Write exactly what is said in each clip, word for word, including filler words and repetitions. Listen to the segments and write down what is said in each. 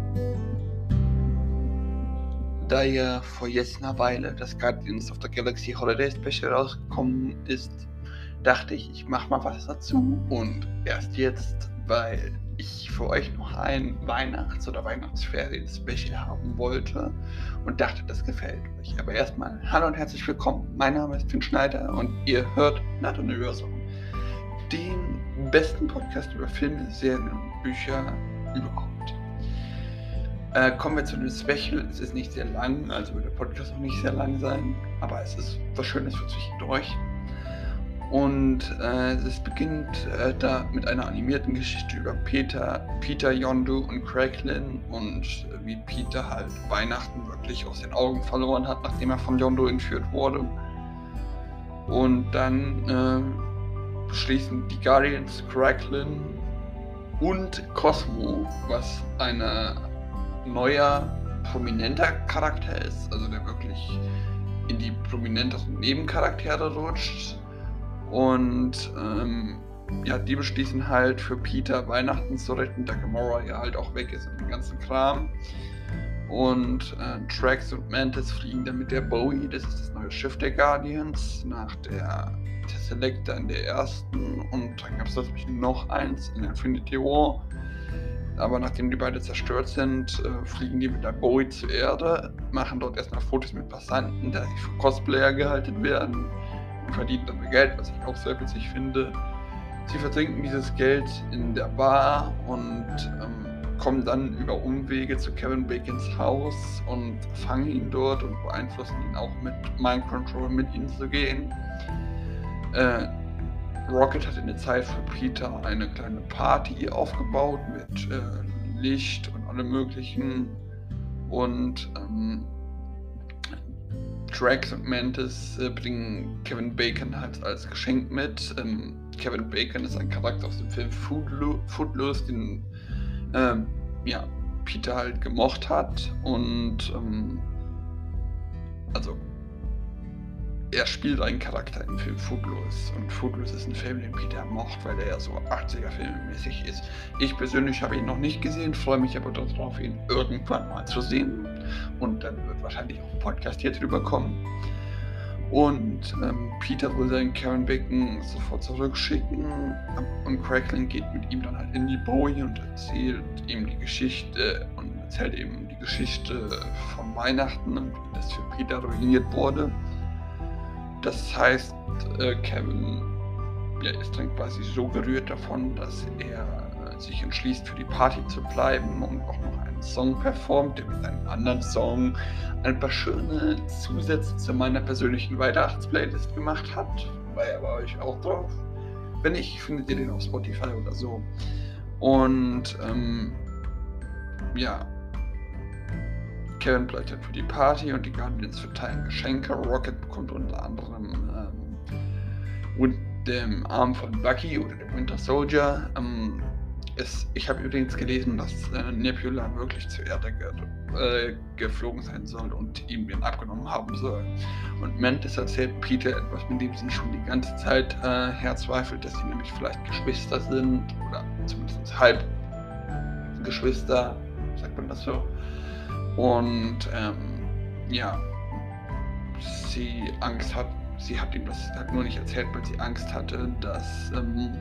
Da ja vor jetzt einer Weile das Guardians of the Galaxy Holiday Special rausgekommen ist, dachte ich, ich mache mal was dazu. Und erst jetzt, weil ich für euch noch ein Weihnachts- oder Weihnachtsferien-Special haben wollte und dachte, das gefällt euch. Aber erstmal, hallo und herzlich willkommen. Mein Name ist Finn Schneider und ihr hört Nerd-Universum, den besten Podcast über Filme, Serien und Bücher überhaupt. Äh, kommen wir zu dem Special. Es ist nicht sehr lang, also wird der Podcast auch nicht sehr lang sein, aber es ist was Schönes für zwischendurch. Und äh, es beginnt äh, da mit einer animierten Geschichte über Peter, Peter, Yondu und Cracklin und äh, wie Peter halt Weihnachten wirklich aus den Augen verloren hat, nachdem er von Yondu entführt wurde. Und dann äh, beschließen die Guardians, Cracklin und Cosmo, was eine neuer, prominenter Charakter ist, also der wirklich in die prominenteren Nebencharaktere rutscht. Und ähm, ja, die beschließen halt für Peter Weihnachten zu retten, da Gamora ja halt auch weg ist und den ganzen Kram. Und äh, Drax und Mantis fliegen dann mit der Bowie, das ist das neue Schiff der Guardians, nach der Tesseract in der ersten, und dann gab es natürlich noch eins in Infinity War. Aber nachdem die beide zerstört sind, äh, fliegen die mit der Bowie zur Erde, machen dort erstmal Fotos mit Passanten, da sie für Cosplayer gehalten werden und verdienen dann Geld, was ich auch sehr witzig finde. Sie vertrinken dieses Geld in der Bar und ähm, kommen dann über Umwege zu Kevin Bacons Haus und fangen ihn dort und beeinflussen ihn auch mit Mind Control mit ihnen zu gehen. Äh, Rocket hat in der Zeit für Peter eine kleine Party aufgebaut mit äh, Licht und allem möglichen, und ähm, Drax und Mantis äh, bringen Kevin Bacon halt als Geschenk mit. Ähm, Kevin Bacon ist ein Charakter aus dem Film Footlo- Footloose, den ähm, ja, Peter halt gemocht hat, und ähm, also er spielt einen Charakter im Film Footloose, und Footloose ist ein Film, den Peter mocht, weil er ja so achtziger-filmmäßig ist. Ich persönlich habe ihn noch nicht gesehen, freue mich aber darauf, ihn irgendwann mal zu sehen, und dann wird wahrscheinlich auch ein Podcast hier drüber kommen. Und ähm, Peter will seinen Kevin Bacon sofort zurückschicken, und Cracklin geht mit ihm dann halt in die Bowie und erzählt ihm die Geschichte und erzählt ihm die Geschichte von Weihnachten und wie das für Peter ruiniert wurde. Das heißt, äh, Kevin ja, ist dann quasi so gerührt davon, dass er äh, sich entschließt, für die Party zu bleiben und auch noch einen Song performt, der mit einem anderen Song ein paar schöne Zusätze zu meiner persönlichen Weihnachtsplaylist gemacht hat. War ja bei euch auch drauf. Wenn nicht, findet ihr den auf Spotify oder so. Und ähm, ja, Kevin bleibt dann für die Party und die Guardians verteilen Geschenke. Rocket bekommt unter anderem ähm, mit dem Arm von Bucky oder dem Winter Soldier. Ähm, es, ich habe übrigens gelesen, dass äh, Nebula wirklich zur Erde ge- äh, geflogen sein soll und ihm den abgenommen haben soll. Und Mantis erzählt Peter etwas, mit dem sie schon die ganze Zeit äh, herzweifelt, dass sie nämlich vielleicht Geschwister sind oder zumindest halb Geschwister, sagt man das so. Und ähm, ja, sie Angst hat, sie hat ihm das halt nur nicht erzählt, weil sie Angst hatte, dass ähm,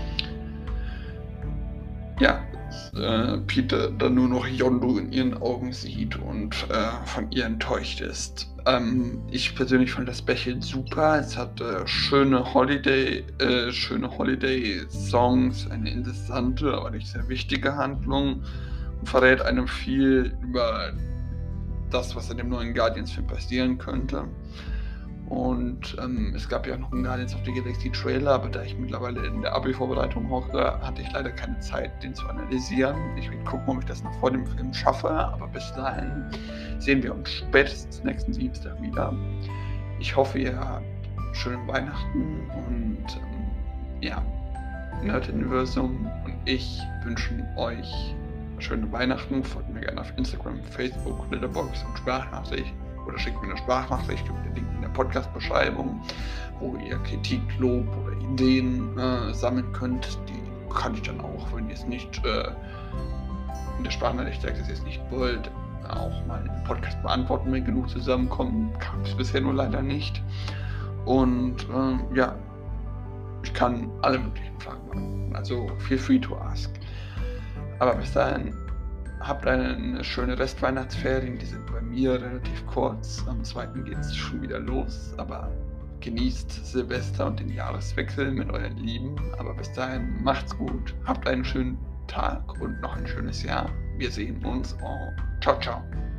ja, äh, Peter dann nur noch Yondu in ihren Augen sieht und äh, von ihr enttäuscht ist. Ähm, ich persönlich fand das Special super. Es hatte schöne Holiday, äh, schöne Holiday-Songs, eine interessante, aber nicht sehr wichtige Handlung, und verrät einem viel über das, was in dem neuen Guardians-Film passieren könnte. Und ähm, es gab ja auch noch einen Guardians of the Galaxy Trailer, aber da ich mittlerweile in der Abi-Vorbereitung hocke, hatte ich leider keine Zeit, den zu analysieren. Ich will gucken, ob ich das noch vor dem Film schaffe, aber bis dahin sehen wir uns spätestens nächsten Dienstag wieder. Ich hoffe, ihr habt schöne Weihnachten und ähm, ja, Nerd-Universum und ich wünschen euch schöne Weihnachten. Folgt mir gerne auf Instagram, Facebook, Letterboxd und Sprachnachricht, oder schickt mir eine Sprachnachricht über den Link in der Podcast-Beschreibung, wo ihr Kritik, Lob oder Ideen äh, sammeln könnt. Die kann ich dann auch, wenn ihr es nicht äh, in der Sprachnachricht sagt, dass ihr es nicht wollt, auch mal einen Podcast beantworten, wenn genug zusammenkommen. Kam es bisher nur leider nicht. Und ähm, ja, ich kann alle möglichen Fragen beantworten. Also feel free to ask. Aber bis dahin, habt eine schöne Restweihnachtsferien. Die sind bei mir relativ kurz. Am zweiten geht es schon wieder los. Aber genießt Silvester und den Jahreswechsel mit euren Lieben. Aber bis dahin, macht's gut. Habt einen schönen Tag und noch ein schönes Jahr. Wir sehen uns. Oh, ciao, ciao.